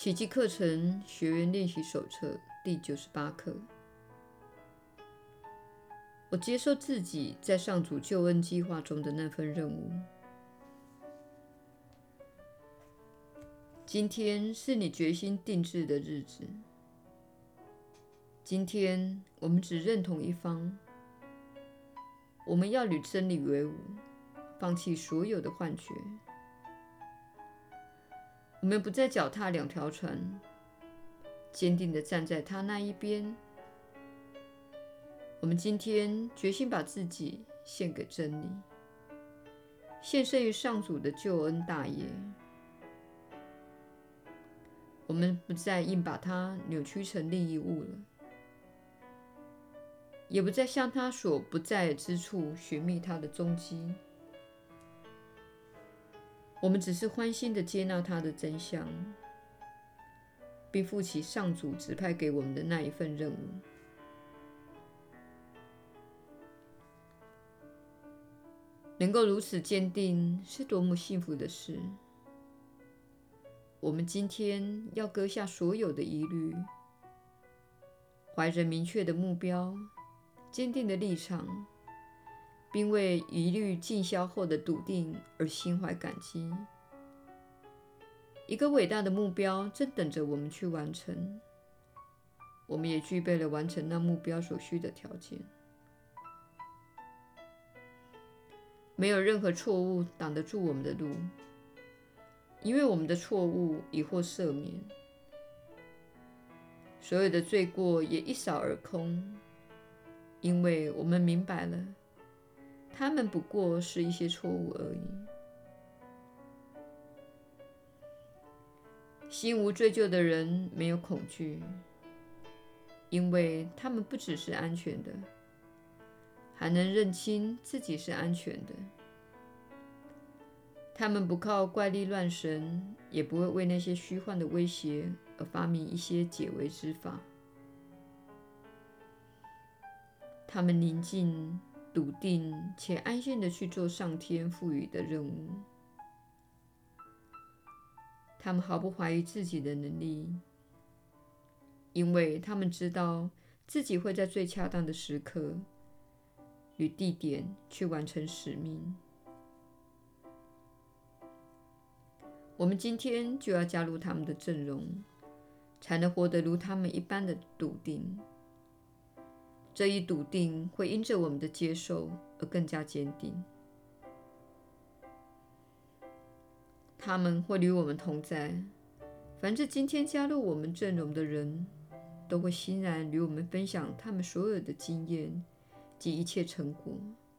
奇迹课程学员练习手册第98课。我接受自己在上主救恩计划中的那份任务。今天是你决心定制的日子。今天我们只认同一方，我们要与真理为伍，放弃所有的幻觉。我们不再脚踏两条船，坚定地站在他那一边。我们今天决心把自己献给真理，献身于上主的救恩大业。我们不再硬把它扭曲成另一物了，也不再向他所不在之处寻觅他的踪迹。我们只是欢欣地接纳他的真相，并负起上主指派给我们的那一份任务。能够如此坚定是多么幸福的事！我们今天要割下所有的疑虑，怀着明确的目标、坚定的立场，并为疑虑尽消后的笃定而心怀感激。一个伟大的目标正等着我们去完成，我们也具备了完成那目标所需的条件。没有任何错误挡得住我们的路，因为我们的错误已获赦免，所有的罪过也一扫而空，因为我们明白了，它们不过是一些错误而已。心无追究的人没有恐惧，因为他们不只是安全的，还能认清自己是安全的。他们不靠怪力乱神，也不会为那些虚幻的威胁而发明一些解围之法。他们宁静、笃定且安心地去做上天赋予的任务。他们毫不怀疑自己的能力，因为他们知道自己会在最恰当的时刻与地点去完成使命。我们今天就要加入他们的阵容，才能活得如他们一般的笃定。这一笃定会因着我们的接受而更加坚定。他们会与我们同在，凡是今天加入我们阵容的人，都会欣然与我们分享他们所有的经验及一切成果。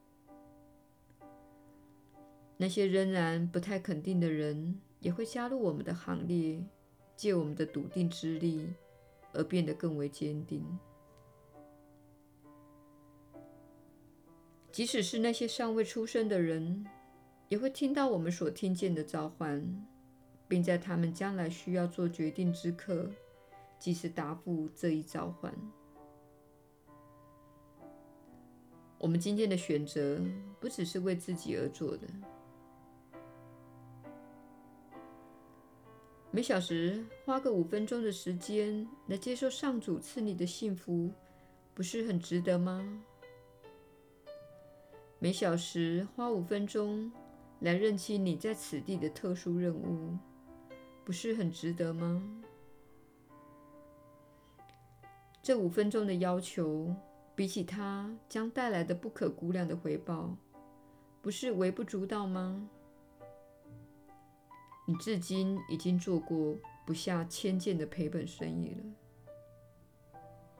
那些仍然不太肯定的人，也会加入我们的行列，借我们的笃定之力而变得更为坚定。即使是那些尚未出生的人，也会听到我们所听见的召唤，并在他们将来需要做决定之刻，及时答复这一召唤。我们今天的选择不只是为自己而做的。每小时花个5分钟的时间来接受上主赐你的幸福，不是很值得吗？每小时花5分钟来认清你在此地的特殊任务，不是很值得吗？这5分钟的要求，比起它将带来的不可估量的回报，不是微不足道吗？你至今已经做过不下1000件的赔本生意了。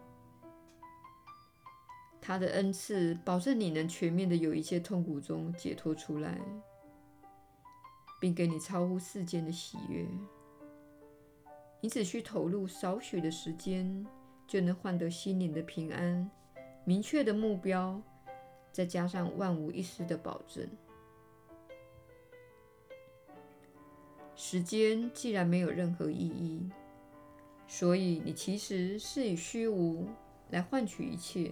他的恩赐保证你能全面地由一切痛苦中解脱出来，并给你超乎世间的喜悦。你只需投入少许的时间，就能换得心灵的平安、明确的目标，再加上万无一失的保证。时间既然没有任何意义，所以你其实是以虚无来换取一切。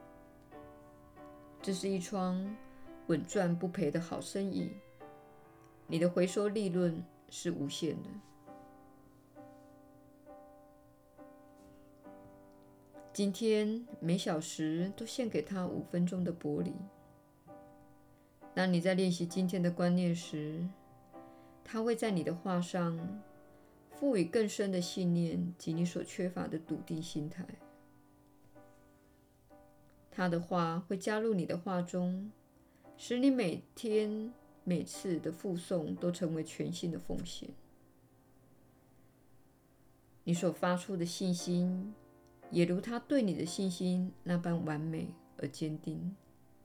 这是一桩稳赚不赔的好生意，你的回收利润是无限的。 今天每小时都献给他5分钟的玻璃。当你在练习今天的观念时，他会在你的话上赋予更深的信念及你所缺乏的笃定心态。他的话会加入你的话中，使你每天每次的复诵都成为全新的奉献。你所发出的信心，也如他对你的信心那般完美而坚定。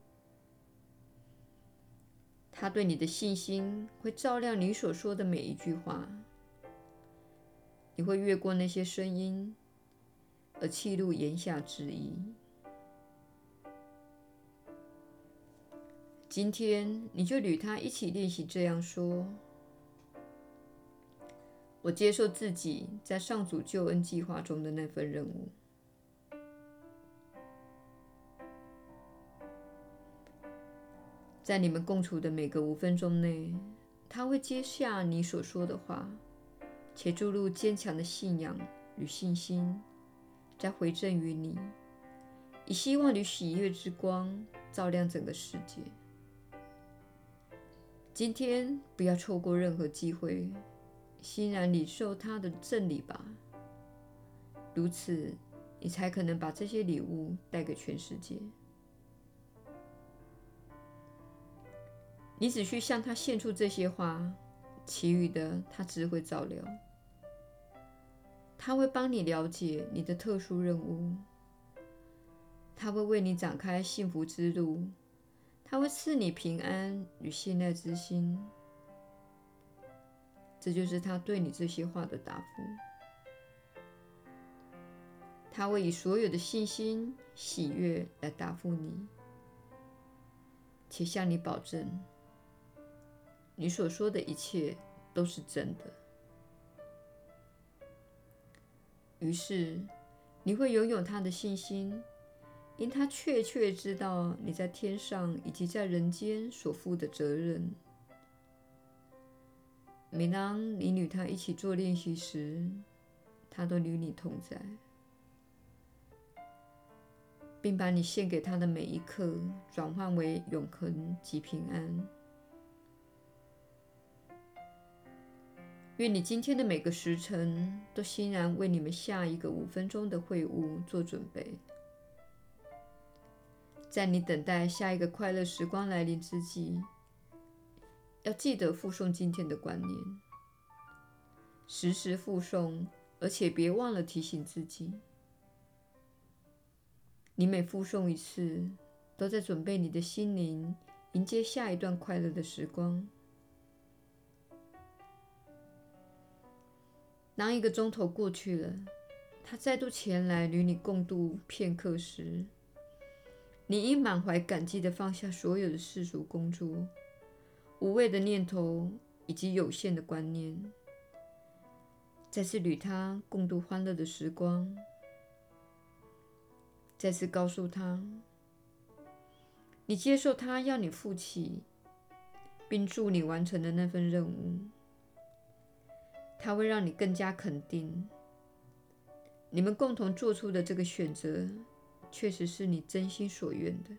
他对你的信心会照亮你所说的每一句话。你会越过那些声音，而契入言下之意。今天你就与他一起练习这样说：我接受自己在上主救恩计划中的那份任务。在你们共处的每个5分钟内，他会接下你所说的话，且注入坚强的信仰与信心，再回赠于你，以希望与喜悦之光照亮整个世界。今天不要错过任何机会，欣然领受他的赠礼吧。如此，你才可能把这些礼物带给全世界。你只需向他献出这些话，其余的他只会照料。他会帮你了解你的特殊任务，他会为你展开幸福之路，他会赐你平安与信赖之心。这就是他对你这些话的答复。他会以所有的信心、喜悦来答复你，且向你保证，你所说的一切都是真的。于是，你会拥有他的信心，因他确切知道你在天上以及在人间所负的责任。每当你与他一起做练习时，他都与你同在，并把你献给他的每一刻转换为永恒及平安。愿你今天的每个时辰都欣然为你们下一个5分钟的会晤做准备。在你等待下一个快乐时光来临之际，要记得复诵今天的观念，时时复诵，而且别忘了提醒自己。你每复诵一次，都在准备你的心灵迎接下一段快乐的时光。当1个钟头过去了，他再度前来与你共度片刻时，你应满怀感激地放下所有的世俗工作、无谓的念头以及有限的观念，再次与他共度欢乐的时光，再次告诉他，你接受他要你负起并助你完成的那份任务。它会让你更加肯定，你们共同做出的这个选择，确实是你真心所愿的。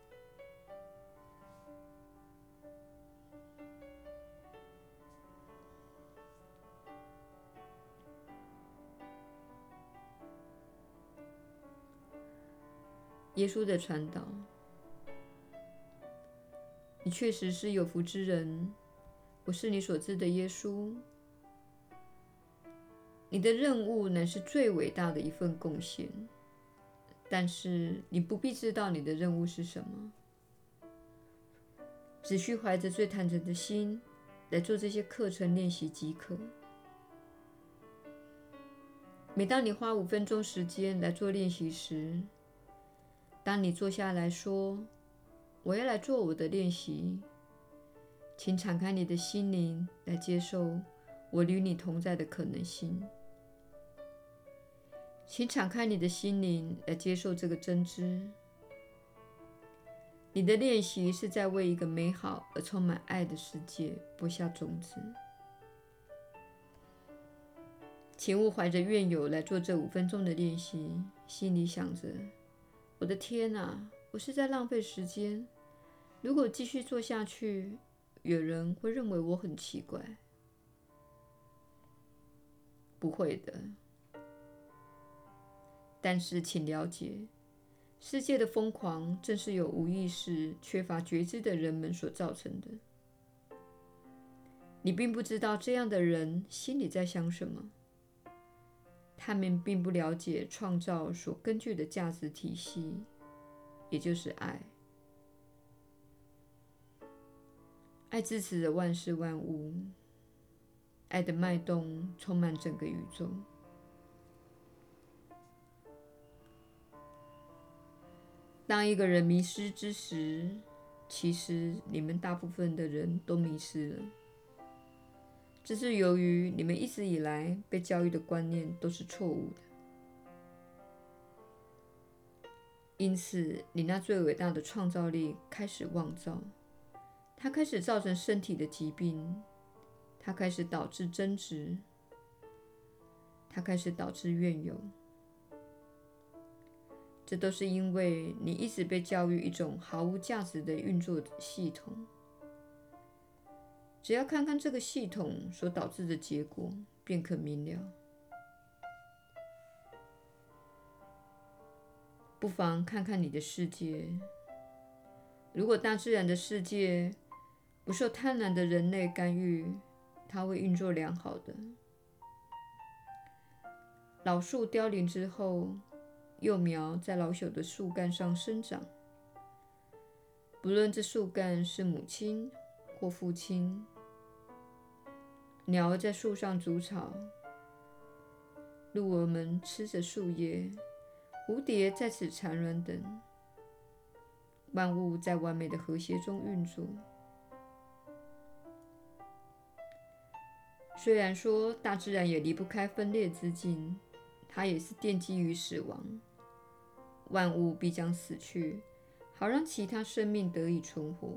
耶稣的传导，你确实是有福之人，我是你所知的耶稣。你的任务乃是最伟大的一份贡献，但是你不必知道你的任务是什么，只需怀着最坦诚的心来做这些课程练习即可。每当你花5分钟时间来做练习时，当你坐下来说我要来做我的练习，请敞开你的心灵来接受我与你同在的可能性。请敞开你的心灵来接受这个真知。你的练习是在为一个美好而充满爱的世界播下种子。 请勿怀着怨尤来做这5分钟的练习，心里想着：我的天啊，我是在浪费时间。如果继续做下去，有人会认为我很奇怪。不会的。但是请了解，世界的疯狂正是由无意识、缺乏觉知的人们所造成的。你并不知道这样的人心里在想什么，他们并不了解创造所根据的价值体系，也就是爱。爱支持着万事万物，爱的脉动充满整个宇宙。当一个人迷失之时，其实你们大部分的人都迷失了。这是由于你们一直以来被教育的观念都是错误的，因此你那最伟大的创造力开始妄造，它开始造成身体的疾病，它开始导致争执，它开始导致怨尤。这都是因为你一直被教育一种毫无价值的运作系统。只要看看这个系统所导致的结果，便可明了。不妨看看你的世界。如果大自然的世界不受贪婪的人类干预，它会运作良好的。老树凋零之后，幼苗在老朽的树干上生长，不论这树干是母亲或父亲。鸟儿在树上筑巢，鹿儿们吃着树叶，蝴蝶在此产卵等。万物在完美的和谐中运作。虽然说大自然也离不开分裂之境，它也是奠基于死亡。万物必将死去，好让其他生命得以存活。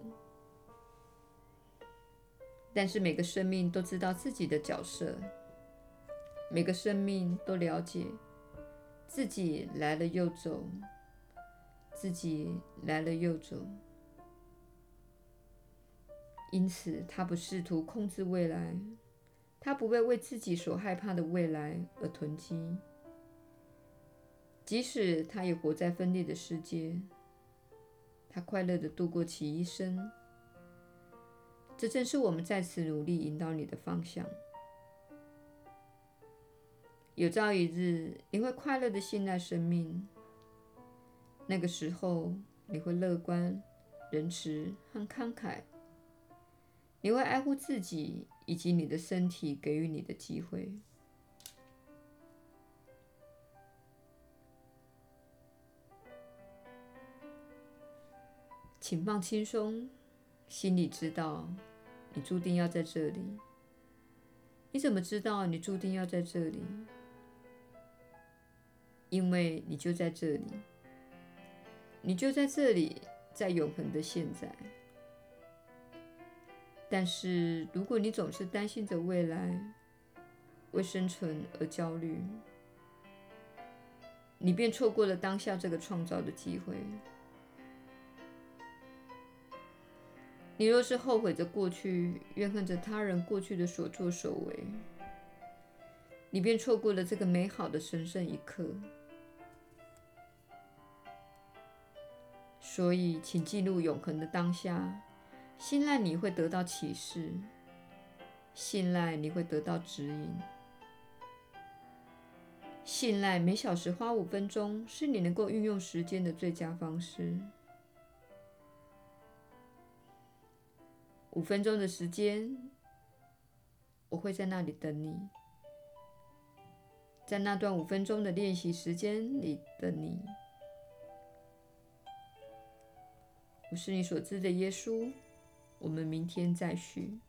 但是每个生命都知道自己的角色，每个生命都了解自己来了又走，自己来了又走。因此，他不试图控制未来，他不会为自己所害怕的未来而囤积。即使他也活在分裂的世界，他快乐地度过其一生。这正是我们在此努力引导你的方向。有朝一日，你会快乐地信赖生命。那个时候，你会乐观、仁慈和慷慨。你会爱护自己以及你的身体给予你的机会。请放轻松，心里知道你注定要在这里。你怎么知道你注定要在这里？因为你就在这里，你就在这里，在永恒的现在。但是，如果你总是担心着未来，为生存而焦虑，你便错过了当下这个创造的机会。你若是后悔着过去，怨恨着他人过去的所作所为，你便错过了这个美好的神圣一刻。所以，请进入永恒的当下，信赖你会得到启示，信赖你会得到指引，信赖每小时花5分钟是你能够运用时间的最佳方式。5分钟的时间，我会在那里等你，在那段5分钟的练习时间里等你。我是你所知的耶稣，我们明天再续。